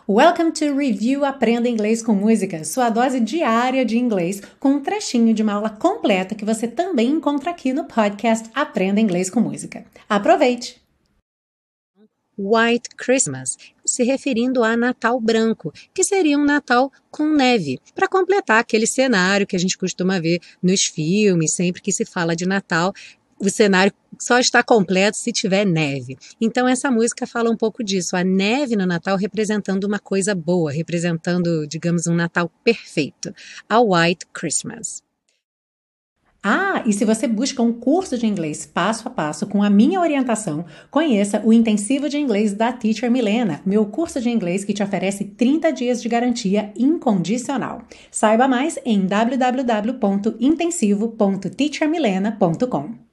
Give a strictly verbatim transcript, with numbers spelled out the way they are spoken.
Welcome to Review Aprenda Inglês com Música, sua dose diária de inglês, com um trechinho de uma aula completa que você também encontra aqui no podcast Aprenda Inglês com Música. Aproveite! White Christmas, se referindo a Natal branco, que seria um Natal com neve, para completar aquele cenário que a gente costuma ver nos filmes, sempre que se fala de Natal, o cenário só está completo se tiver neve. Então essa música fala um pouco disso, a neve no Natal representando uma coisa boa, representando, digamos, um Natal perfeito, a White Christmas. Ah, e se você busca um curso de inglês passo a passo com a minha orientação, conheça o Intensivo de Inglês da Teacher Milena, meu curso de inglês que te oferece trinta dias de garantia incondicional. Saiba mais em w w w ponto intensivo ponto teacher milena ponto com.